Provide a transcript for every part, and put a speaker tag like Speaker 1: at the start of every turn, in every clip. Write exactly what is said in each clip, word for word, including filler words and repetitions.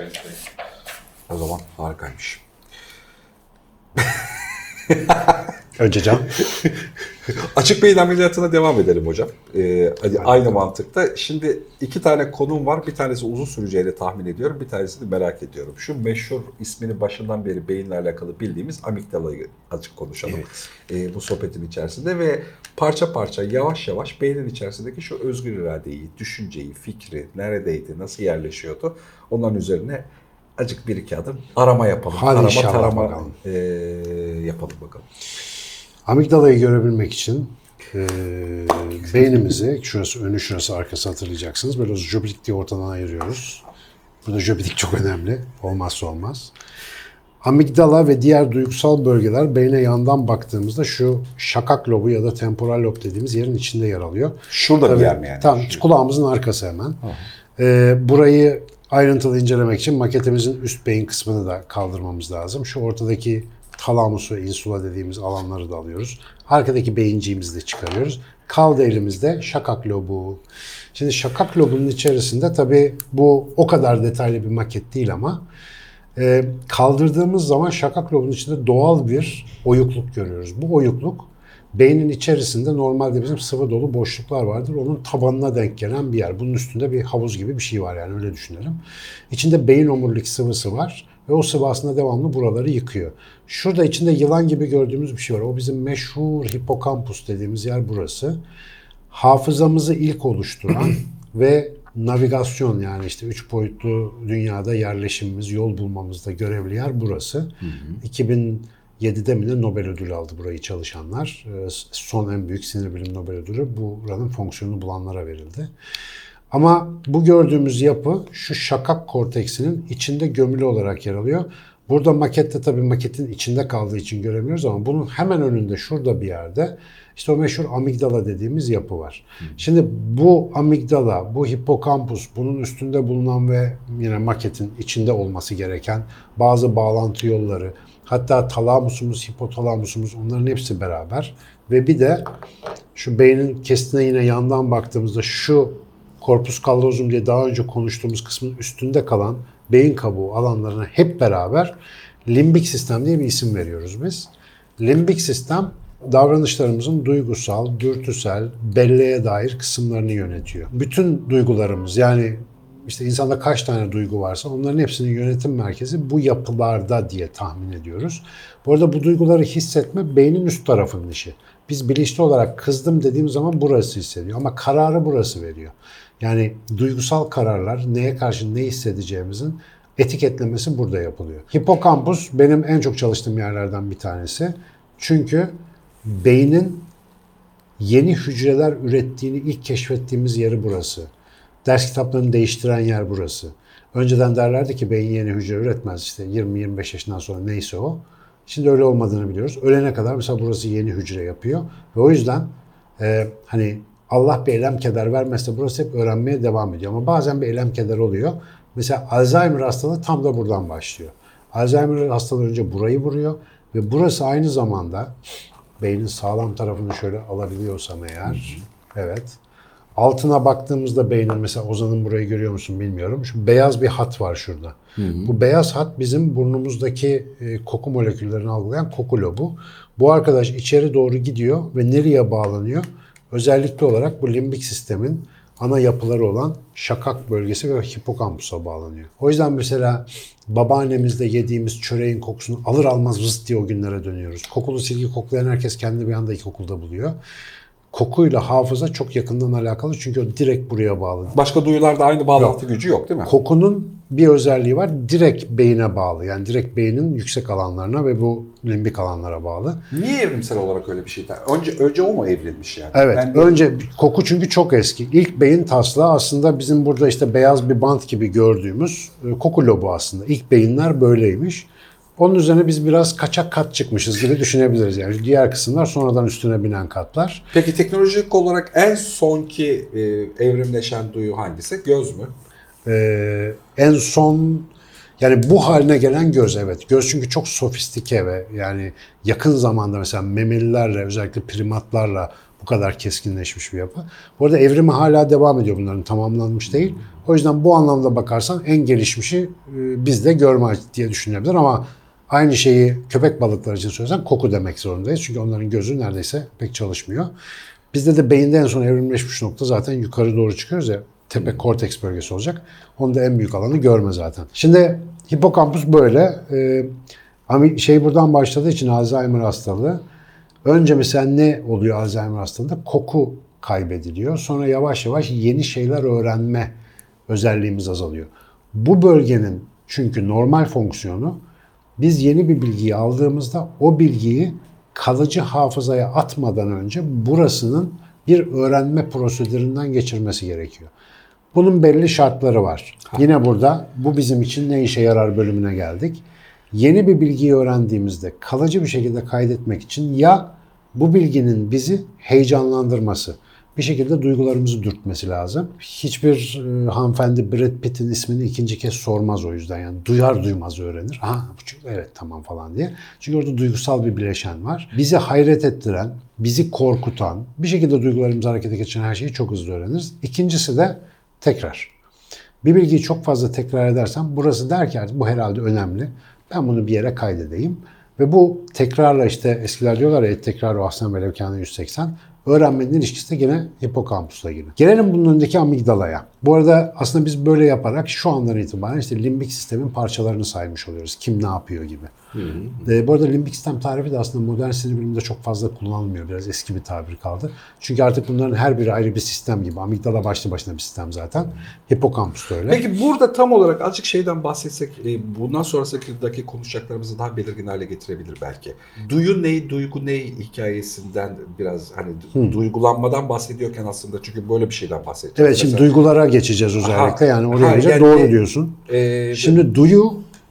Speaker 1: kayıttayız.
Speaker 2: O zaman harikaymış.
Speaker 3: Önce Can.
Speaker 2: Açık beyin ameliyatına devam edelim hocam. Ee, hadi aynı mantıkta. Şimdi iki tane konum var. Bir tanesi uzun süreceğini tahmin ediyorum. Bir tanesini merak ediyorum. Şu meşhur ismini başından beri beyinle alakalı bildiğimiz amigdalayı açık konuşalım. Evet. Ee, bu sohbetin içerisinde ve parça parça yavaş yavaş beynin içerisindeki şu özgür iradeyi, düşünceyi, fikri, neredeydi, nasıl yerleşiyordu onların üzerine acık bir iki adım arama yapalım.
Speaker 3: Hadi
Speaker 2: arama
Speaker 3: inşallah
Speaker 2: tarama
Speaker 3: bakalım.
Speaker 2: E, yapalım bakalım.
Speaker 3: Amigdalayı görebilmek için e, beynimizi, şurası önü şurası arkası hatırlayacaksınız. Böyle jobidik diye ortadan ayırıyoruz. Burada jobidik çok önemli. Olmazsa olmaz. Amigdala ve diğer duygusal bölgeler beyne yandan baktığımızda şu şakak lobu ya da temporal lob dediğimiz yerin içinde yer alıyor.
Speaker 2: Şurada
Speaker 3: Tabii,
Speaker 2: bir yer mi yani?
Speaker 3: Tam kulağımızın arkası hemen. E, burayı ayrıntılı incelemek için maketimizin üst beyin kısmını da kaldırmamız lazım. Şu ortadaki talamus ve insula dediğimiz alanları da alıyoruz. Arkadaki beyinciğimizi de çıkarıyoruz. Kaldı elimizde şakak lobu. Şimdi şakak lobunun içerisinde tabii bu o kadar detaylı bir maket değil ama e, kaldırdığımız zaman şakak lobunun içinde doğal bir oyukluk görüyoruz. Bu oyukluk beynin içerisinde normalde bizim sıvı dolu boşluklar vardır. Onun tabanına denk gelen bir yer. Bunun üstünde bir havuz gibi bir şey var yani öyle düşünelim. İçinde beyin omurilik sıvısı var ve o sıvı aslında devamlı buraları yıkıyor. Şurada içinde yılan gibi gördüğümüz bir şey var. O bizim meşhur hipokampus dediğimiz yer burası. Hafızamızı ilk oluşturan ve navigasyon yani işte üç boyutlu dünyada yerleşimimiz, yol bulmamızda görevli yer burası. Hı hı. iki bin yedide mi ne Nobel ödülü aldı burayı çalışanlar. Son en büyük sinir bilim Nobel ödülü buranın fonksiyonunu bulanlara verildi. Ama bu gördüğümüz yapı şu şakak korteksinin içinde gömülü olarak yer alıyor. Burada makette tabii maketin içinde kaldığı için göremiyoruz ama bunun hemen önünde şurada bir yerde işte o meşhur amigdala dediğimiz yapı var. Hmm. Şimdi bu amigdala, bu hipokampus, bunun üstünde bulunan ve yine maketin içinde olması gereken bazı bağlantı yolları, hatta talamusumuz, hipotalamusumuz onların hepsi beraber ve bir de şu beynin kestine yine yandan baktığımızda şu corpus callosum diye daha önce konuştuğumuz kısmın üstünde kalan beyin kabuğu alanlarına hep beraber limbik sistem diye bir isim veriyoruz biz. Limbik sistem davranışlarımızın duygusal, dürtüsel, belleğe dair kısımlarını yönetiyor. Bütün duygularımız yani işte insanda kaç tane duygu varsa onların hepsinin yönetim merkezi bu yapılarda diye tahmin ediyoruz. Bu arada bu duyguları hissetme beynin üst tarafının işi. Biz bilinçli olarak kızdım dediğim zaman burası hissediyor ama kararı burası veriyor. Yani duygusal kararlar, neye karşı ne hissedeceğimizin etiketlemesi burada yapılıyor. Hipokampus benim en çok çalıştığım yerlerden bir tanesi. Çünkü beynin yeni hücreler ürettiğini ilk keşfettiğimiz yeri burası. Ders kitaplarını değiştiren yer burası. Önceden derlerdi ki beyin yeni hücre üretmez işte yirmi yirmi beş yaşından sonra neyse o. Şimdi öyle olmadığını biliyoruz. Ölene kadar mesela burası yeni hücre yapıyor. Ve o yüzden e, hani Allah bir elem keder vermezse burası hep öğrenmeye devam ediyor. Ama bazen bir elem keder oluyor. Mesela Alzheimer hastalığı tam da buradan başlıyor. Alzheimer hastalığı önce burayı vuruyor. Ve burası aynı zamanda beynin sağlam tarafını şöyle alabiliyorsam eğer. Evet. Altına baktığımızda beynin mesela Ozan'ın burayı görüyor musun bilmiyorum. Şu beyaz bir hat var şurada. Hı hı. Bu beyaz hat bizim burnumuzdaki e, koku moleküllerini algılayan koku lobu. Bu arkadaş içeri doğru gidiyor ve nereye bağlanıyor? Özellikle olarak bu limbik sistemin ana yapıları olan şakak bölgesi ve hipokampusa bağlanıyor. O yüzden mesela babaannemizde yediğimiz çöreğin kokusunu alır almaz vızt diye o günlere dönüyoruz. Kokulu silgi koklayan herkes kendini bir anda ilkokulda buluyor. Kokuyla hafıza çok yakından alakalı çünkü o direkt buraya bağlı.
Speaker 2: Başka duyularda aynı bağlantı yok. Gücü yok değil mi?
Speaker 3: Kokunun bir özelliği var. Direkt beyine bağlı. Yani direkt beynin yüksek alanlarına ve bu limbik alanlara bağlı.
Speaker 2: Niye evrimsel olarak öyle bir şey? Önce önce o mu evrilmiş yani?
Speaker 3: Evet.
Speaker 2: Ben de...
Speaker 3: Önce koku çünkü çok eski. İlk beyin taslağı aslında bizim burada işte beyaz bir bant gibi gördüğümüz koku lobu aslında. İlk beyinler böyleymiş. Onun üzerine biz biraz kaçak kat çıkmışız gibi düşünebiliriz. Yani diğer kısımlar sonradan üstüne binen katlar.
Speaker 2: Peki teknolojik olarak en sonki e, evrimleşen duyu hangisi? Göz mü?
Speaker 3: Ee, en son yani bu haline gelen göz evet. Göz çünkü çok sofistike ve yani yakın zamanda mesela memelilerle özellikle primatlarla bu kadar keskinleşmiş bir yapı. Bu arada evrimi hala devam ediyor, bunların tamamlanmış değil. O yüzden bu anlamda bakarsan en gelişmişi e, bizde görme diye düşünülebilir ama aynı şeyi köpek balıkları için söylesen koku demek zorundayız. Çünkü onların gözü neredeyse pek çalışmıyor. Bizde de beyinde en son evrimleşmiş nokta zaten yukarı doğru çıkıyoruz ya, tepe korteks bölgesi olacak. Onun da en büyük alanı görme zaten. Şimdi hipokampus böyle. Ee, şey buradan başladığı için Alzheimer hastalığı. Önce mesela ne oluyor Alzheimer hastalığında? Koku kaybediliyor. Sonra yavaş yavaş yeni şeyler öğrenme özelliğimiz azalıyor. Bu bölgenin çünkü normal fonksiyonu, biz yeni bir bilgiyi aldığımızda o bilgiyi kalıcı hafızaya atmadan önce burasının bir öğrenme prosedüründen geçirmesi gerekiyor. Bunun belli şartları var. Ha. Yine burada bu bizim için ne işe yarar bölümüne geldik. Yeni bir bilgiyi öğrendiğimizde kalıcı bir şekilde kaydetmek için ya bu bilginin bizi heyecanlandırması, bir şekilde duygularımızı dürtmesi lazım. Hiçbir e, hanımefendi Brad Pitt'in ismini ikinci kez sormaz o yüzden. Yani duyar duymaz öğrenir. Aha evet tamam falan diye. Çünkü orada duygusal bir bileşen var. Bizi hayret ettiren, bizi korkutan, bir şekilde duygularımızı harekete geçiren her şeyi çok hızlı öğreniriz. İkincisi de tekrar. Bir bilgiyi çok fazla tekrar edersem burası der ki bu herhalde önemli. Ben bunu bir yere kaydedeyim. Ve bu tekrarla işte eskiler diyorlar ya tekrar o ahsen ve levkâne yüz seksen. Öğrenmenin ilişkisi de gene hipokampusla ilgili. Gelelim bunun önündeki amigdalaya. Bu arada aslında biz böyle yaparak şu andan itibaren işte limbik sistemin parçalarını saymış oluyoruz. Kim ne yapıyor gibi. Hı hı. E, bu arada limbik sistem tarifi de aslında modern sinir biliminde çok fazla kullanılmıyor. Biraz eski bir tabir kaldı. Çünkü artık bunların her biri ayrı bir sistem gibi. Amigdala başlı başına bir sistem zaten. Hipokampus da öyle.
Speaker 2: Peki burada tam olarak azıcık şeyden bahsetsek, bundan sonrasındaki konuşacaklarımızı daha belirgin hale getirebilir belki. Duyu ne, duygu ne hikayesinden biraz hani Hı. duygulanmadan bahsediyorken aslında çünkü böyle bir şeyden bahsedeceğiz.
Speaker 3: Evet, şimdi Mesela, duygulara geçeceğiz özellikle. Aha, yani oraya geçeceğiz.
Speaker 2: Yani,
Speaker 3: Doğru diyorsun.
Speaker 2: E,
Speaker 3: şimdi duyu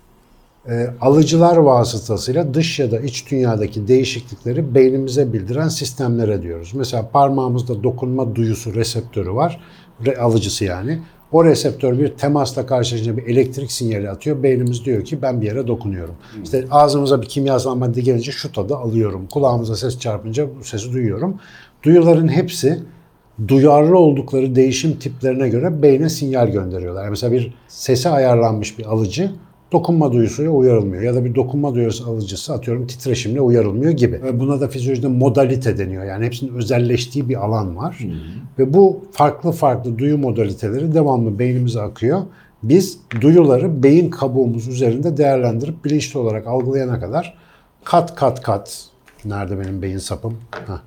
Speaker 3: e, alıcılar vasıtasıyla dış ya da iç dünyadaki değişiklikleri beynimize bildiren sistemlere diyoruz. Mesela parmağımızda dokunma duyusu reseptörü var. Re, alıcısı yani. O reseptör bir temasla karşılaşınca bir elektrik sinyali atıyor. Beynimiz diyor ki ben bir yere dokunuyorum. Hmm. İşte ağzımıza bir kimyasal madde gelince şu tadı alıyorum. Kulağımıza ses çarpınca bu sesi duyuyorum. Duyuların hepsi duyarlı oldukları değişim tiplerine göre beyne sinyal gönderiyorlar. Yani mesela bir sese ayarlanmış bir alıcı dokunma duyusuyla uyarılmıyor. Ya da bir dokunma duyusu alıcısı atıyorum titreşimle uyarılmıyor gibi. Ve buna da fizyolojide modalite deniyor. Yani hepsinin özelleştiği bir alan var. Hı hı. Ve bu farklı farklı duyu modaliteleri devamlı beynimize akıyor. Biz duyuları beyin kabuğumuz üzerinde değerlendirip bilinçli olarak algılayana kadar kat kat kat, nerede benim beyin sapım? Heh.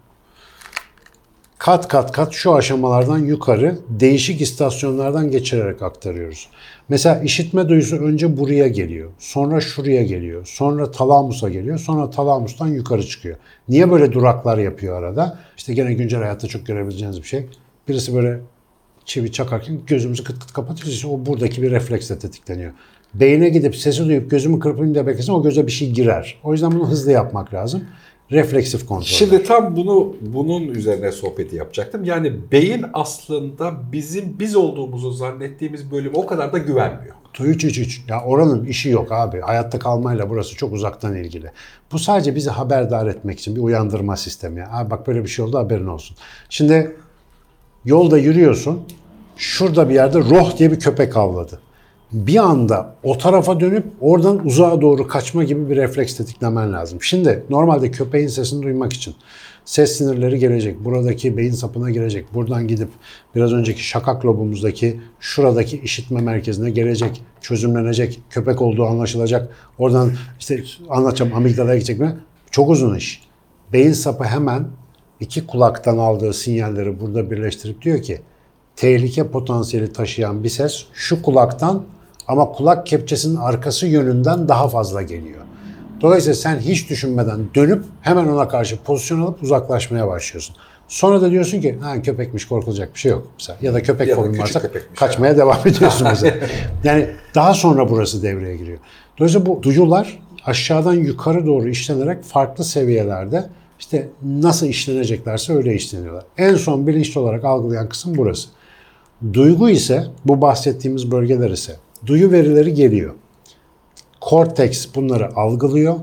Speaker 3: Kat kat kat şu aşamalardan yukarı değişik istasyonlardan geçirerek aktarıyoruz. Mesela işitme duyusu önce buraya geliyor, sonra şuraya geliyor, sonra talamusa geliyor, sonra talamustan yukarı çıkıyor. Niye böyle duraklar yapıyor arada? İşte gene güncel hayatta çok görebileceğiniz bir şey. Birisi böyle çivi çakarken gözümüzü kıt kıt kapatıyoruz. İşte o buradaki bir refleksle tetikleniyor. Beyne gidip sesi duyup gözümü kırpayım diye beklesin o göze bir şey girer. O yüzden bunu hızlı yapmak lazım. Refleksif kontrol.
Speaker 2: Şimdi tam bunu bunun üzerine sohbeti yapacaktım. Yani beyin aslında bizim biz olduğumuzu zannettiğimiz bölüme o kadar da güvenmiyor.
Speaker 3: Hiç hiç hiç. Ya oranın işi yok abi. Hayatta kalmayla burası çok uzaktan ilgili. Bu sadece bizi haberdar etmek için bir uyandırma sistemi. Abi bak böyle bir şey oldu haberin olsun. Şimdi yolda yürüyorsun. Şurada bir yerde roh diye bir köpek havladı. Bir anda o tarafa dönüp oradan uzağa doğru kaçma gibi bir refleks tetiklemen lazım. Şimdi normalde köpeğin sesini duymak için ses sinirleri gelecek. Buradaki beyin sapına girecek. Buradan gidip biraz önceki şakak lobumuzdaki şuradaki işitme merkezine gelecek. Çözümlenecek. Köpek olduğu anlaşılacak. Oradan işte anlatacağım amigdalaya gidecek mi? Çok uzun iş. Beyin sapı hemen iki kulaktan aldığı sinyalleri burada birleştirip diyor ki tehlike potansiyeli taşıyan bir ses şu kulaktan ama kulak kepçesinin arkası yönünden daha fazla geliyor. Dolayısıyla sen hiç düşünmeden dönüp hemen ona karşı pozisyon alıp uzaklaşmaya başlıyorsun. Sonra da diyorsun ki ha köpekmiş korkulacak bir şey yok. Mesela. Ya da köpek fobin varsa kaçmaya yani. Devam ediyorsun mesela. Yani daha sonra burası devreye giriyor. Dolayısıyla bu duyular aşağıdan yukarı doğru işlenerek farklı seviyelerde işte nasıl işleneceklerse öyle işleniyorlar. En son bilinçli olarak algılayan kısım burası. Duygu ise bu bahsettiğimiz bölgeler ise duyu verileri geliyor. Korteks bunları algılıyor.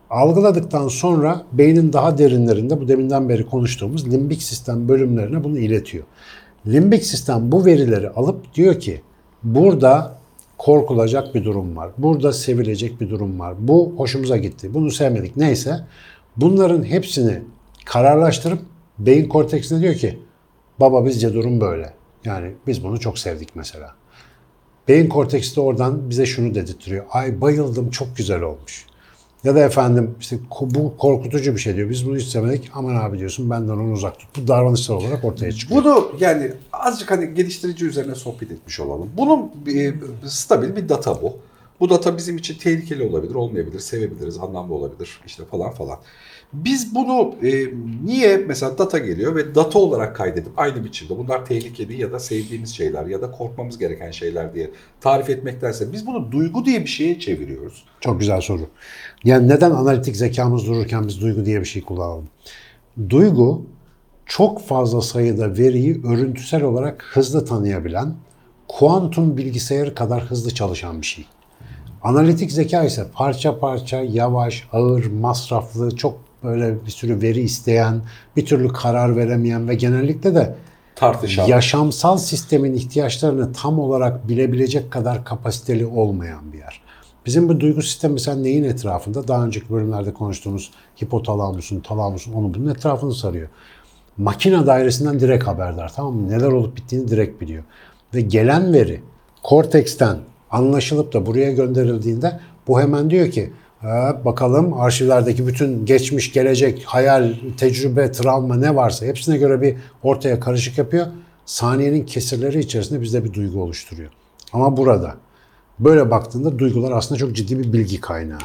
Speaker 3: Algıladıktan sonra beynin daha derinlerinde bu deminden beri konuştuğumuz limbik sistem bölümlerine bunu iletiyor. Limbik sistem bu verileri alıp diyor ki burada korkulacak bir durum var. Burada sevilecek bir durum var. Bu hoşumuza gitti. Bunu sevmedik. Neyse bunların hepsini kararlaştırıp beyin korteksine diyor ki baba bizce durum böyle. Yani biz bunu çok sevdik mesela. Beyin korteksi de oradan bize şunu dedirtiyor. Ay bayıldım, çok güzel olmuş. Ya da efendim işte bu korkutucu bir şey diyor. Biz bunu istemedik. Aman abi diyorsun, benden onu uzak tut. Bu davranışlar olarak ortaya çıkıyor.
Speaker 2: Bunu yani azıcık hani geliştirici üzerine sohbet etmiş olalım. Bunun e, stabil bir data bu. Bu data bizim için tehlikeli olabilir, olmayabilir, sevebiliriz, anlamlı olabilir işte falan falan. Biz bunu e, niye mesela data geliyor ve data olarak kaydedip aynı biçimde bunlar tehlikeli ya da sevdiğimiz şeyler ya da korkmamız gereken şeyler diye tarif etmektense biz bunu duygu diye bir şeye çeviriyoruz.
Speaker 3: Çok güzel soru. Yani neden analitik zekamız dururken biz duygu diye bir şey kullanalım? Duygu çok fazla sayıda veriyi örüntüsel olarak hızlı tanıyabilen, kuantum bilgisayarı kadar hızlı çalışan bir şey. Analitik zeka ise parça parça, yavaş, ağır, masraflı, çok böyle bir sürü veri isteyen, bir türlü karar veremeyen ve genellikle de
Speaker 2: Tartışan.
Speaker 3: yaşamsal sistemin ihtiyaçlarını tam olarak bilebilecek kadar kapasiteli olmayan bir yer. Bizim bu duygu sistemi mesela neyin etrafında? Daha önceki bölümlerde konuştuğumuz hipotalamusun, talamusun, onu bunun etrafını sarıyor. Makine dairesinden direkt haberdar, tamam mı? Neler olup bittiğini direkt biliyor. Ve gelen veri korteksten anlaşılıp da buraya gönderildiğinde bu hemen diyor ki bakalım arşivlerdeki bütün geçmiş, gelecek, hayal, tecrübe, travma ne varsa hepsine göre bir ortaya karışık yapıyor. Saniyenin kesirleri içerisinde bizde bir duygu oluşturuyor. Ama burada böyle baktığında duygular aslında çok ciddi bir bilgi kaynağı.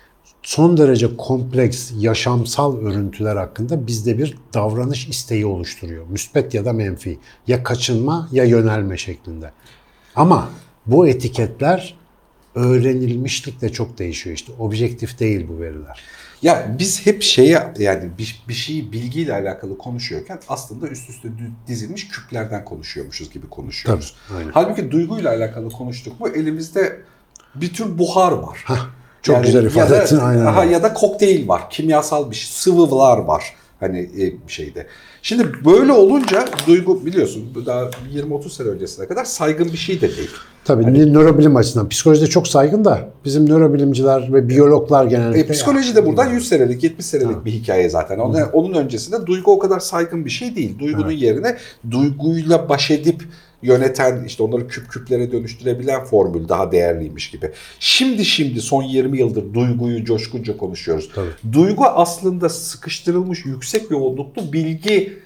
Speaker 3: Son derece kompleks, yaşamsal örüntüler hakkında bizde bir davranış isteği oluşturuyor. Müspet ya da menfi. Ya kaçınma ya yönelme şeklinde. Ama bu etiketler öğrenilmişlikle çok değişiyor işte. Objektif değil bu veriler.
Speaker 2: Ya biz hep şeye yani bir, bir şeyi bilgiyle alakalı konuşuyorken aslında üst üste dizilmiş küplerden konuşuyormuşuz gibi konuşuyoruz.
Speaker 3: Tabii, aynen.
Speaker 2: Halbuki duyguyla alakalı konuştuk mu elimizde bir tür buhar var.
Speaker 3: Hah, çok
Speaker 2: yani
Speaker 3: güzel ifade
Speaker 2: ya da,
Speaker 3: ettin. Aynen.
Speaker 2: Aha, ya da kokteyl var. Kimyasal bir şey. Sıvılar var. Hani e, bir şeyde. Şimdi böyle olunca duygu biliyorsun daha yirmi otuz sene öncesine kadar saygın bir şey de değil.
Speaker 3: Tabii
Speaker 2: hani,
Speaker 3: nörobilim açısından. Psikolojide çok saygın da bizim nörobilimciler ve biyologlar genellikle...
Speaker 2: E, psikoloji de buradan yüz senelik, yetmiş senelik ha. bir hikaye zaten. Onun, onun öncesinde duygu o kadar saygın bir şey değil. Duygunun evet. yerine duyguyla baş edip yöneten, işte onları küp küplere dönüştürebilen formül daha değerliymiş gibi. Şimdi şimdi son yirmi yıldır duyguyu coşkunca konuşuyoruz. Tabii. Duygu aslında sıkıştırılmış yüksek yoğunluklu bilgi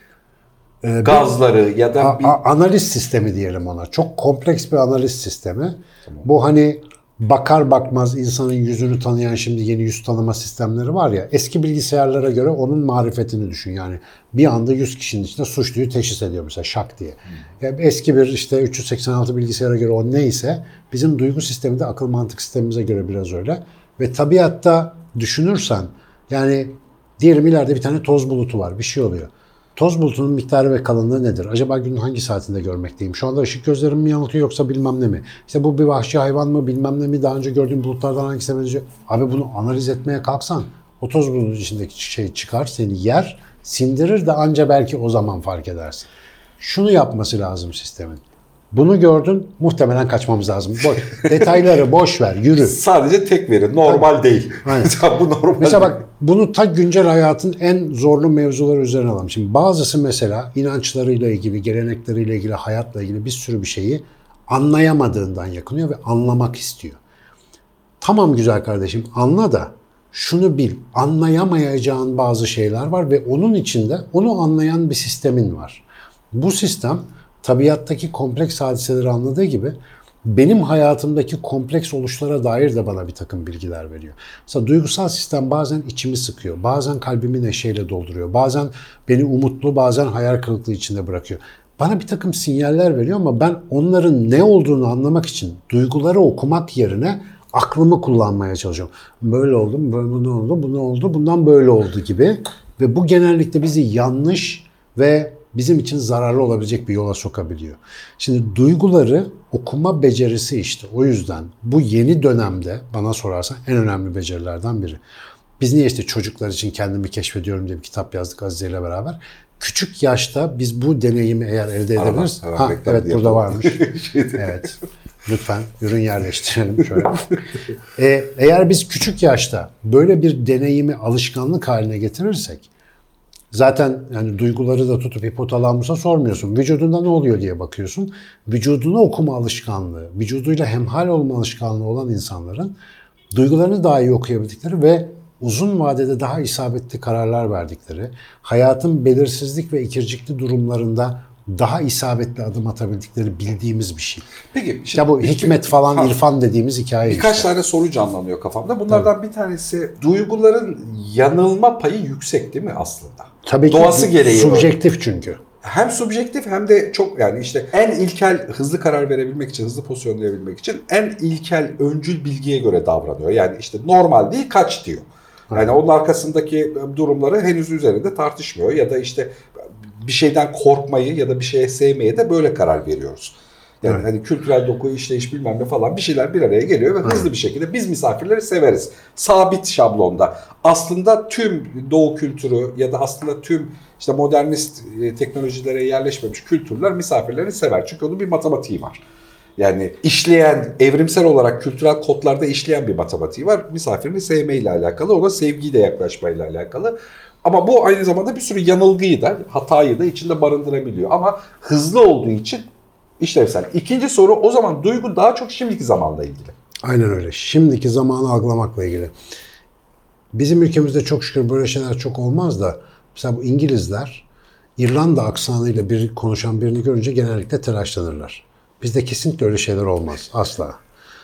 Speaker 2: ee, gazları bir, ya da
Speaker 3: a,
Speaker 2: bir...
Speaker 3: a, analiz sistemi diyelim ona. Çok kompleks bir analiz sistemi. Tamam. Bu hani bakar bakmaz insanın yüzünü tanıyan şimdi yeni yüz tanıma sistemleri var ya. Eski bilgisayarlara göre onun marifetini düşün. Yani bir anda yüz kişinin içinde suçluyu teşhis ediyor mesela şak diye. Hmm. Yani eski bir işte üç yüz seksen altı bilgisayara göre o neyse bizim duygu sistemi de akıl mantık sistemimize göre biraz öyle. Ve tabiatta düşünürsen yani diyelim ileride bir tane toz bulutu var. Bir şey oluyor. Toz bulutunun miktarı ve kalınlığı nedir? Acaba günün hangi saatinde görmekteyim? Şu anda ışık gözlerim mi yanıltıyor yoksa bilmem ne mi? İşte bu bir vahşi hayvan mı bilmem ne mi? Daha önce gördüğüm bulutlardan hangisi benziyor? Abi bunu analiz etmeye kalksan o toz bulutunun içindeki şey çıkar, seni yer, sindirir de anca belki o zaman fark edersin. Şunu yapması lazım sistemin. Bunu gördün, muhtemelen kaçmamız lazım. Boş. Detayları boş ver, yürü.
Speaker 2: Sadece tek veri, normal Tabii. değil.
Speaker 3: Bu normal mesela bak, bunu ta güncel hayatın en zorlu mevzuları üzerine alalım. Şimdi bazısı mesela inançlarıyla ilgili, gelenekleriyle ilgili, hayatla ilgili bir sürü bir şeyi anlayamadığından yakınıyor ve anlamak istiyor. Tamam güzel kardeşim, anla da şunu bil, anlayamayacağın bazı şeyler var ve onun içinde onu anlayan bir sistemin var. Bu sistem tabiattaki kompleks hadiseleri anladığı gibi benim hayatımdaki kompleks oluşlara dair de bana bir takım bilgiler veriyor. Mesela duygusal sistem bazen içimi sıkıyor, bazen kalbimi neşeyle dolduruyor, bazen beni umutlu, bazen hayal kırıklığı içinde bırakıyor. Bana bir takım sinyaller veriyor ama ben onların ne olduğunu anlamak için duyguları okumak yerine aklımı kullanmaya çalışıyorum. Böyle oldu, böyle bu ne oldu, bu ne oldu, bundan böyle oldu gibi. Ve bu genellikle bizi yanlış ve bizim için zararlı olabilecek bir yola sokabiliyor. Şimdi duyguları okuma becerisi işte. O yüzden bu yeni dönemde bana sorarsan en önemli becerilerden biri. Biz niye işte çocuklar için kendimi keşfediyorum diye bir kitap yazdık Azize ile beraber. Küçük yaşta biz bu deneyimi eğer elde edebiliriz.
Speaker 2: Hemen
Speaker 3: Ha,
Speaker 2: reklam
Speaker 3: evet
Speaker 2: diye
Speaker 3: burada
Speaker 2: yapalım.
Speaker 3: varmış. Evet. Lütfen ürün yerleştirelim şöyle. Ee, eğer biz küçük yaşta böyle bir deneyimi alışkanlık haline getirirsek, zaten yani duyguları da tutup hipotalamusa sormuyorsun. Vücudunda ne oluyor diye bakıyorsun. Vücudunu okuma alışkanlığı, vücuduyla hemhal olma alışkanlığı olan insanların duygularını daha iyi okuyabildikleri ve uzun vadede daha isabetli kararlar verdikleri, hayatın belirsizlik ve ikircikli durumlarında daha isabetli adım atabildikleri bildiğimiz bir şey.
Speaker 2: Peki.
Speaker 3: Ya bu hikmet falan,
Speaker 2: Ha.
Speaker 3: irfan dediğimiz hikaye
Speaker 2: Birkaç
Speaker 3: işte.
Speaker 2: tane soru canlanıyor kafamda. Bunlardan bir tanesi, duyguların yanılma payı yüksek değil mi aslında?
Speaker 3: Tabii ki
Speaker 2: Doğası gereği
Speaker 3: subjektif çünkü.
Speaker 2: Hem subjektif hem de çok, yani işte en ilkel, hızlı karar verebilmek için, hızlı pozisyonlayabilmek için en ilkel öncül bilgiye göre davranıyor. Yani işte normal değil, kaç diyor. Yani onun arkasındaki durumları henüz üzerinde tartışmıyor ya da işte bir şeyden korkmayı ya da bir şeye sevmeye de böyle karar veriyoruz. Yani
Speaker 3: Evet.
Speaker 2: hani kültürel doku, işleyiş bilmem ne falan bir şeyler bir araya geliyor ve hızlı bir şekilde biz misafirleri severiz. Sabit şablonda. Aslında tüm Doğu kültürü ya da aslında tüm işte modernist e, teknolojilere yerleşmemiş kültürler misafirleri sever. Çünkü onun bir matematiği var. Yani işleyen, evrimsel olarak kültürel kodlarda işleyen bir matematiği var. Misafirini sevmeyle alakalı, ona sevgiyle yaklaşmayla alakalı. Ama bu aynı zamanda bir sürü yanılgıyı da, hatayı da içinde barındırabiliyor. Ama hızlı olduğu için işlevsel. İkinci soru, o zaman duygu daha çok şimdiki zamanla ilgili.
Speaker 3: Aynen öyle. Şimdiki zamanı algılamakla ilgili. Bizim ülkemizde çok şükür böyle şeyler çok olmaz da mesela bu İngilizler İrlanda aksanıyla bir konuşan birini görünce genellikle telaşlanırlar. Bizde kesinlikle öyle şeyler olmaz. Asla.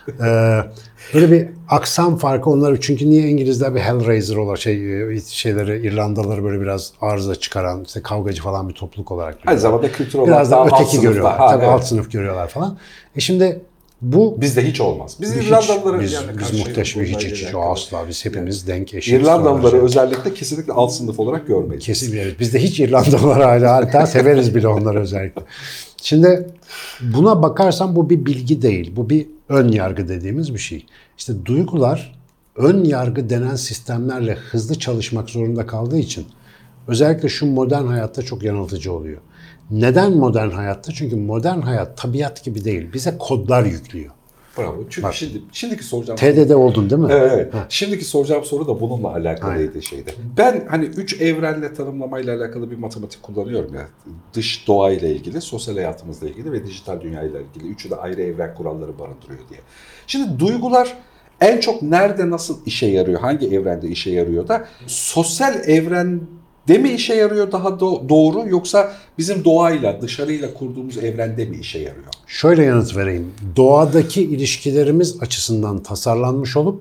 Speaker 3: Ee, böyle bir aksan farkı onları, çünkü niye İngilizler bir Hellraiser olan şey şeyleri, İrlandalıları böyle biraz arıza çıkaran, işte kavgacı falan bir topluluk olarak
Speaker 2: Aynı
Speaker 3: görüyorlar.
Speaker 2: zamanda kültür olarak
Speaker 3: Biraz da
Speaker 2: daha alt
Speaker 3: öteki
Speaker 2: sınıfta.
Speaker 3: görüyorlar.
Speaker 2: Ha,
Speaker 3: Tabii
Speaker 2: evet.
Speaker 3: alt sınıf görüyorlar falan. E şimdi bu
Speaker 2: Bizde hiç olmaz. Biz
Speaker 3: hiç,
Speaker 2: İrlandalıları
Speaker 3: biz,
Speaker 2: yani
Speaker 3: biz
Speaker 2: karşı
Speaker 3: muhteşem hiç
Speaker 2: bunlarla
Speaker 3: hiç hiç
Speaker 2: alakalı.
Speaker 3: asla biz hepimiz
Speaker 2: Yani
Speaker 3: denk eşit.
Speaker 2: İrlandalıları
Speaker 3: sonra-
Speaker 2: özellikle kesinlikle alt sınıf olarak görmeyiz.
Speaker 3: Kesin evet. Biz de hiç İrlandalılar hala hatta severiz bile onları özellikle. Şimdi buna bakarsan bu bir bilgi değil. Bu bir ön yargı dediğimiz bir şey. İşte duygular ön yargı denen sistemlerle hızlı çalışmak zorunda kaldığı için özellikle şu modern hayatta çok yanıltıcı oluyor. Neden modern hayatta? Çünkü modern hayat tabiat gibi değil. Bize kodlar yüklüyor.
Speaker 2: Bravo. Çünkü
Speaker 3: Bak,
Speaker 2: şimdi şimdiki soracağım
Speaker 3: T D D oldun değil mi?
Speaker 2: Evet, evet.
Speaker 3: Ha.
Speaker 2: Şimdiki soracağım soru da bununla alakalıydı şeyde. Ben hani üç evrenle tanımlamayla alakalı bir matematik kullanıyorum ya. Dış doğayla ilgili, sosyal hayatımızla ilgili ve dijital dünyayla ilgili. Üçü de ayrı evren kuralları barındırıyor diye. Şimdi duygular en çok nerede, nasıl işe yarıyor? Hangi evrende işe yarıyor da sosyal evrende mi işe yarıyor daha do- doğru, yoksa bizim doğayla, dışarıyla kurduğumuz evrende mi işe yarıyor?
Speaker 3: Şöyle yanıt vereyim. Doğadaki ilişkilerimiz açısından tasarlanmış olup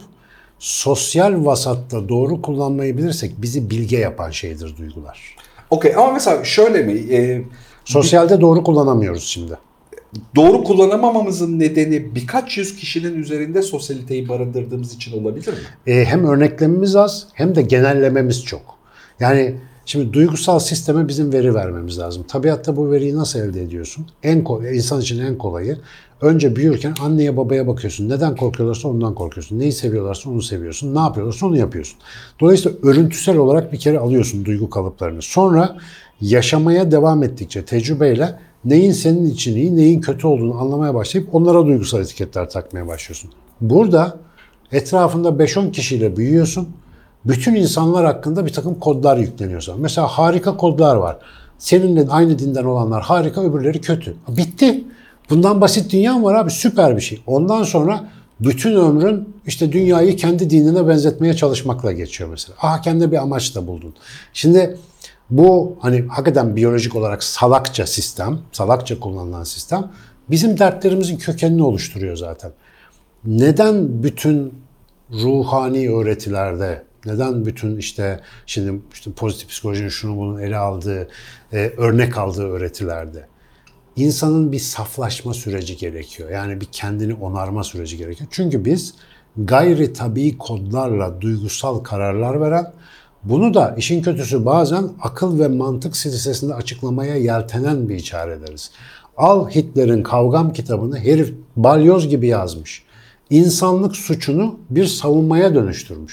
Speaker 3: sosyal vasatta doğru kullanmayı bilirsek bizi bilge yapan şeydir duygular.
Speaker 2: Okey, ama mesela şöyle mi? E,
Speaker 3: Sosyalde doğru kullanamıyoruz şimdi.
Speaker 2: Doğru kullanamamamızın nedeni birkaç yüz kişinin üzerinde sosyaliteyi barındırdığımız için olabilir mi?
Speaker 3: Ee, hem örneklememiz az hem de genellememiz çok. Yani şimdi duygusal sisteme bizim veri vermemiz lazım. Tabiatta bu veriyi nasıl elde ediyorsun? En kolay, insan için en kolayı. Önce büyürken anneye babaya bakıyorsun. Neden korkuyorlarsa ondan korkuyorsun. Neyi seviyorlarsa onu seviyorsun. Ne yapıyorlarsa onu yapıyorsun. Dolayısıyla örüntüsel olarak bir kere alıyorsun duygu kalıplarını. Sonra yaşamaya devam ettikçe tecrübeyle neyin senin için iyi, neyin kötü olduğunu anlamaya başlayıp onlara duygusal etiketler takmaya başlıyorsun. Burada etrafında beş on kişiyle büyüyorsun. Bütün insanlar hakkında bir takım kodlar yükleniyor sana. Mesela harika kodlar var. Seninle aynı dinden olanlar harika, öbürleri kötü. Bitti. Bundan basit dünya mı var abi? Süper bir şey. Ondan sonra bütün ömrün işte dünyayı kendi dinine benzetmeye çalışmakla geçiyor mesela. Aha kendine bir amaç da buldun. Şimdi bu hani hakikaten biyolojik olarak salakça sistem, salakça kullanılan sistem bizim dertlerimizin kökenini oluşturuyor zaten. Neden bütün ruhani öğretilerde, neden bütün işte şimdi işte pozitif psikolojinin şunu bunun ele aldığı, e, örnek aldığı öğretilerde insanın bir saflaşma süreci gerekiyor. Yani bir kendini onarma süreci gerekiyor. Çünkü biz gayri tabii kodlarla duygusal kararlar veren, bunu da işin kötüsü bazen akıl ve mantık silsilesinde açıklamaya yeltenen bir içare ederiz. Al Hitler'in Kavgam kitabını, herif balyoz gibi yazmış. İnsanlık suçunu bir savunmaya dönüştürmüş.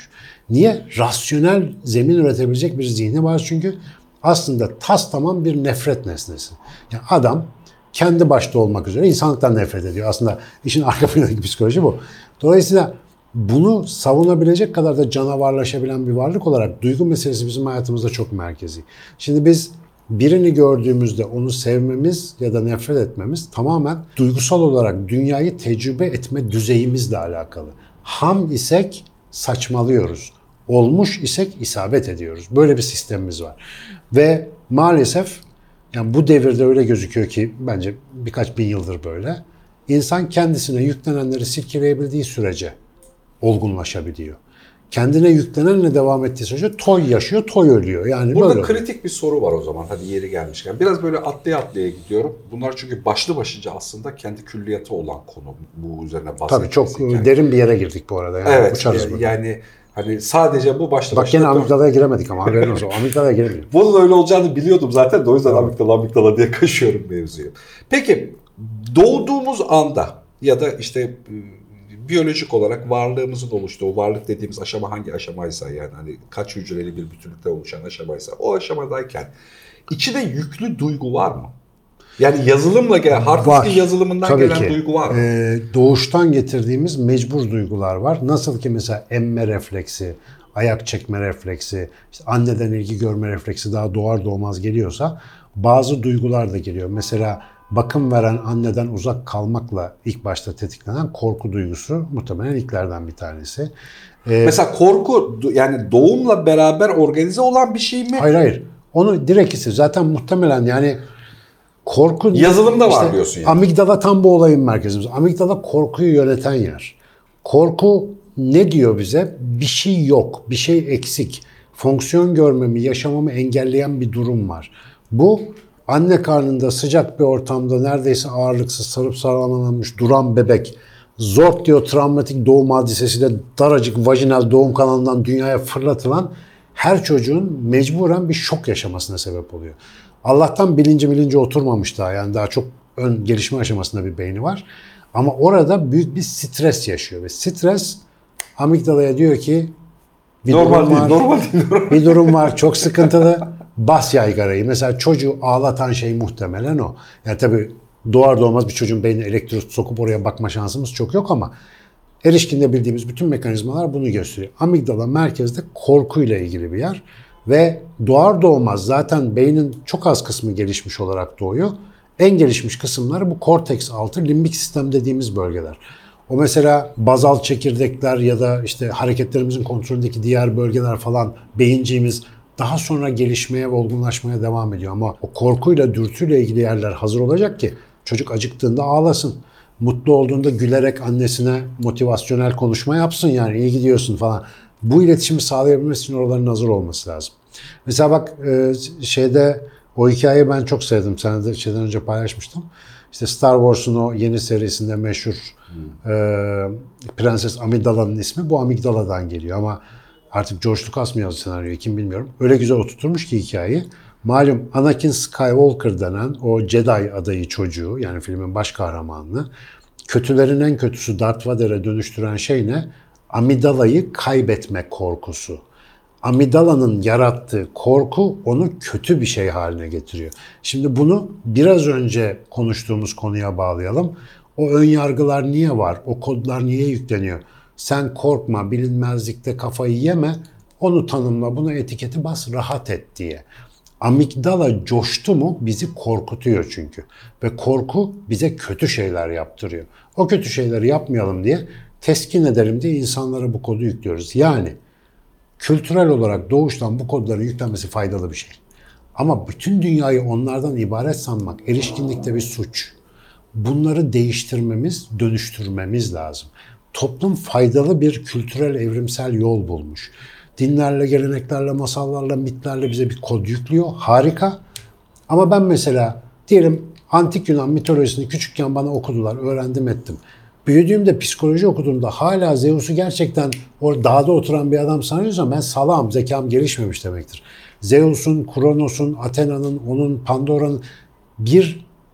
Speaker 3: Niye? Rasyonel zemin üretebilecek bir zihni var çünkü aslında tas tamam bir nefret nesnesi. Yani adam kendi başta olmak üzere insanlıktan nefret ediyor. Aslında işin arka planındaki psikoloji bu. Dolayısıyla bunu savunabilecek kadar da canavarlaşabilen bir varlık olarak duygu meselesi bizim hayatımızda çok merkezi. Şimdi biz birini gördüğümüzde onu sevmemiz ya da nefret etmemiz tamamen duygusal olarak dünyayı tecrübe etme düzeyimizle alakalı. Ham isek saçmalıyoruz. Olmuş isek isabet ediyoruz. Böyle bir sistemimiz var. Ve maalesef yani bu devirde öyle gözüküyor ki bence birkaç bin yıldır böyle. İnsan kendisine yüklenenleri silkeleyebildiği sürece olgunlaşabiliyor. Kendine yüklenenle devam ettiği sürece toy yaşıyor, toy ölüyor. Yani
Speaker 2: Burada
Speaker 3: böyle
Speaker 2: kritik oluyor. Bir soru var o zaman. Hadi yeri gelmişken. Biraz böyle atlaya atlaya gidiyorum. Bunlar çünkü başlı başlıca aslında kendi külliyatı olan konu. Bu üzerine bahsetmek.
Speaker 3: Tabii çok
Speaker 2: yani.
Speaker 3: derin bir yere girdik bu arada. Yani
Speaker 2: evet.
Speaker 3: uçarız
Speaker 2: Yani, yani hani sadece bu başlı
Speaker 3: Bak
Speaker 2: başına...
Speaker 3: gene amigdalaya giremedik ama haberin olsun. Amigdalaya giremiyorum.
Speaker 2: Bunun öyle olacağını biliyordum zaten de o yüzden amigdala amigdala diye kaşıyorum mevzuyu. Peki doğduğumuz anda ya da işte biyolojik olarak varlığımızın oluştuğu, varlık dediğimiz aşama hangi aşamaysa yani hani kaç hücreli bir bütünlükte oluşan aşamaysa o aşamadayken içinde yüklü duygu var mı? Yani yazılımla gelen, hard diskin yazılımından
Speaker 3: Tabii
Speaker 2: gelen
Speaker 3: ki.
Speaker 2: duygu var mı?
Speaker 3: Ee, doğuştan getirdiğimiz mecbur duygular var. Nasıl ki mesela emme refleksi, ayak çekme refleksi, işte anneden ilgi görme refleksi daha doğar doğmaz geliyorsa bazı duygular da geliyor. Mesela bakım veren anneden uzak kalmakla ilk başta tetiklenen korku duygusu muhtemelen ilklerden bir tanesi.
Speaker 2: Ee, Mesela korku yani doğumla beraber organize olan bir şey mi?
Speaker 3: Hayır hayır. Onu direkt hissediyor. Zaten muhtemelen yani korku...
Speaker 2: Yazılımda
Speaker 3: işte,
Speaker 2: var diyorsun yani.
Speaker 3: Amigdala tam bu olayın merkezimiz. Amigdala korkuyu yöneten yer. Korku ne diyor bize? Bir şey yok, bir şey eksik. Fonksiyon görmemi, yaşamamı engelleyen bir durum var. Bu anne karnında sıcak bir ortamda neredeyse ağırlıksız sarıp sarmalanmış duran bebek zort diyor travmatik doğum hadisesiyle daracık vajinal doğum kanalından dünyaya fırlatılan her çocuğun mecburen bir şok yaşamasına sebep oluyor. Allah'tan bilinci bilinci oturmamış daha yani daha çok ön gelişme aşamasında bir beyni var. Ama orada büyük bir stres yaşıyor ve stres amigdalaya diyor ki bir
Speaker 2: normal
Speaker 3: durum
Speaker 2: değil,
Speaker 3: var,
Speaker 2: normal değil. Normal.
Speaker 3: Bir durum var, çok sıkıntılı. Bas yaygarayı. Mesela çocuğu ağlatan şey muhtemelen o. Yani tabii doğar doğmaz bir çocuğun beynine elektrot sokup oraya bakma şansımız çok yok ama erişkinde bildiğimiz bütün mekanizmalar bunu gösteriyor. Amigdala merkezde korkuyla ilgili bir yer ve doğar doğmaz zaten beynin çok az kısmı gelişmiş olarak doğuyor. En gelişmiş kısımları bu korteks altı limbik sistem dediğimiz bölgeler. O mesela bazal çekirdekler ya da işte hareketlerimizin kontrolündeki diğer bölgeler falan beyinciğimiz daha sonra gelişmeye ve olgunlaşmaya devam ediyor. Ama o korkuyla, dürtüyle ilgili yerler hazır olacak ki çocuk acıktığında ağlasın. Mutlu olduğunda gülerek annesine motivasyonel konuşma yapsın yani iyi gidiyorsun falan. Bu iletişimi sağlayabilmesi için oraların hazır olması lazım. Mesela bak şeyde o hikayeyi ben çok sevdim. Sen de şeyden önce paylaşmıştım. İşte Star Wars'un o yeni serisinde meşhur hmm. e, Prenses Amidala'nın ismi bu Amigdala'dan geliyor ama artık George Lucas mı yazdı senaryoyu kim bilmiyorum. Öyle güzel oturtmuş ki hikayeyi. Malum Anakin Skywalker denen o Jedi adayı çocuğu yani filmin baş kahramanını kötülerin en kötüsü Darth Vader'e dönüştüren şey ne? Amidala'yı kaybetme korkusu. Amidala'nın yarattığı korku onu kötü bir şey haline getiriyor. Şimdi bunu biraz önce konuştuğumuz konuya bağlayalım. O ön yargılar niye var? O kodlar niye yükleniyor? Sen korkma, bilinmezlikte kafayı yeme, onu tanımla, buna etiketi bas, rahat et diye. Amigdala coştu mu bizi korkutuyor çünkü. Ve korku bize kötü şeyler yaptırıyor. O kötü şeyleri yapmayalım diye teskin edelim diye insanlara bu kodu yüklüyoruz. Yani kültürel olarak doğuştan bu kodların yüklenmesi faydalı bir şey. Ama bütün dünyayı onlardan ibaret sanmak erişkinlikte bir suç. Bunları değiştirmemiz, dönüştürmemiz lazım. Toplum faydalı bir kültürel evrimsel yol bulmuş. Dinlerle, geleneklerle, masallarla, mitlerle bize bir kod yüklüyor. Harika. Ama ben mesela diyelim Antik Yunan mitolojisini küçükken bana okudular, öğrendim ettim. Büyüdüğümde psikoloji okuduğumda hala Zeus'u gerçekten o dağda oturan bir adam sanıyorsam ben salağım, zekam gelişmemiş demektir. Zeus'un, Kronos'un, Athena'nın, onun Pandora'nın bir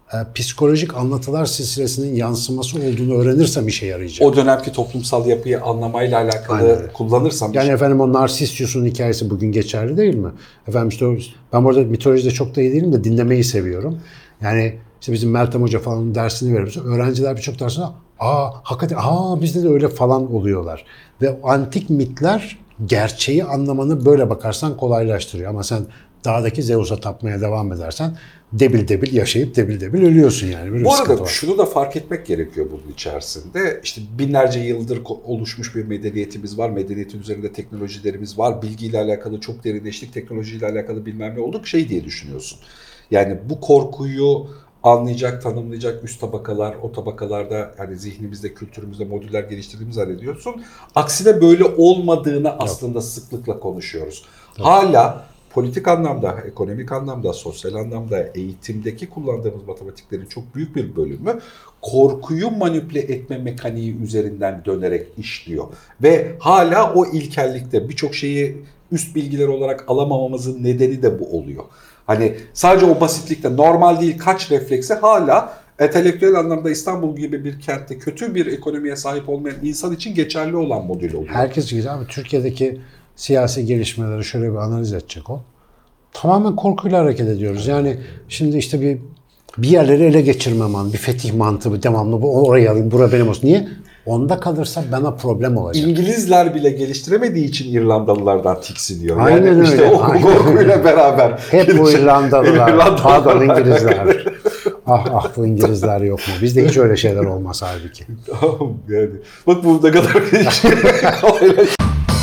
Speaker 3: e, psikolojik anlatılar silsilesinin yansıması olduğunu öğrenirsem işe yarayacak.
Speaker 2: O dönemki toplumsal yapıyı anlamayla alakalı
Speaker 3: Aynen.
Speaker 2: kullanırsam.
Speaker 3: Yani efendim o Narsisius'un hikayesi bugün geçerli değil mi? Efendim işte o, ben bu arada mitolojide çok da iyi değilim de dinlemeyi seviyorum. Yani işte bizim Meltem Hoca falan dersini veriyoruz. Öğrenciler birçok dersinde aa hakikaten aa bizde de öyle falan oluyorlar. Ve antik mitler gerçeği anlamanı böyle bakarsan kolaylaştırıyor. Ama sen dağdaki Zeus'a tapmaya devam edersen debil debil yaşayıp debil debil ölüyorsun yani. Böyle
Speaker 2: Bu
Speaker 3: bir sıkıntı
Speaker 2: arada
Speaker 3: var.
Speaker 2: şunu da fark etmek gerekiyor bunun içerisinde. İşte binlerce yıldır ko- oluşmuş bir medeniyetimiz var. Medeniyetin üzerinde teknolojilerimiz var. Bilgiyle alakalı çok derinleştik. Teknolojiyle alakalı bilmem ne olduk. Şey diye düşünüyorsun. Yani bu korkuyu anlayacak, tanımlayacak üst tabakalar, o tabakalarda hani zihnimizde, kültürümüzde modüller geliştirdiğimizi zannediyorsun. Aksine böyle olmadığını aslında sıklıkla konuşuyoruz. Hala politik anlamda, ekonomik anlamda, sosyal anlamda, eğitimdeki kullandığımız matematiklerin çok büyük bir bölümü korkuyu manipüle etme mekaniği üzerinden dönerek işliyor. Ve hala o ilkellikte birçok şeyi üst bilgiler olarak alamamamızın nedeni de bu oluyor. Hani sadece o basitlikte normal değil kaç refleksi hala entelektüel anlamda İstanbul gibi bir kentte kötü bir ekonomiye sahip olmayan insan için geçerli olan modül oluyor.
Speaker 3: Herkes gibi abi Türkiye'deki siyasi gelişmeleri şöyle bir analiz edecek o. Tamamen korkuyla hareket ediyoruz. Yani şimdi işte bir bir yerleri ele geçirmem an, bir fetih mantığı, devamlı bu orayı alayım, bura benim olsun. Niye? Onda kalırsa bana problem olacak.
Speaker 2: İngilizler bile geliştiremediği için İrlandalılardan tiksiniyor.
Speaker 3: Aynen
Speaker 2: yani işte
Speaker 3: öyle.
Speaker 2: o
Speaker 3: Aynen
Speaker 2: korkuyla
Speaker 3: öyle.
Speaker 2: beraber.
Speaker 3: Hep bu İrlandalılar,
Speaker 2: İrlandalılar.
Speaker 3: pardon İngilizler. ah ah bu İngilizler yok mu? Bizde hiç öyle şeyler olmaz halbuki.
Speaker 2: Tamam yani. Bak bu ne kadar kolaylaştı.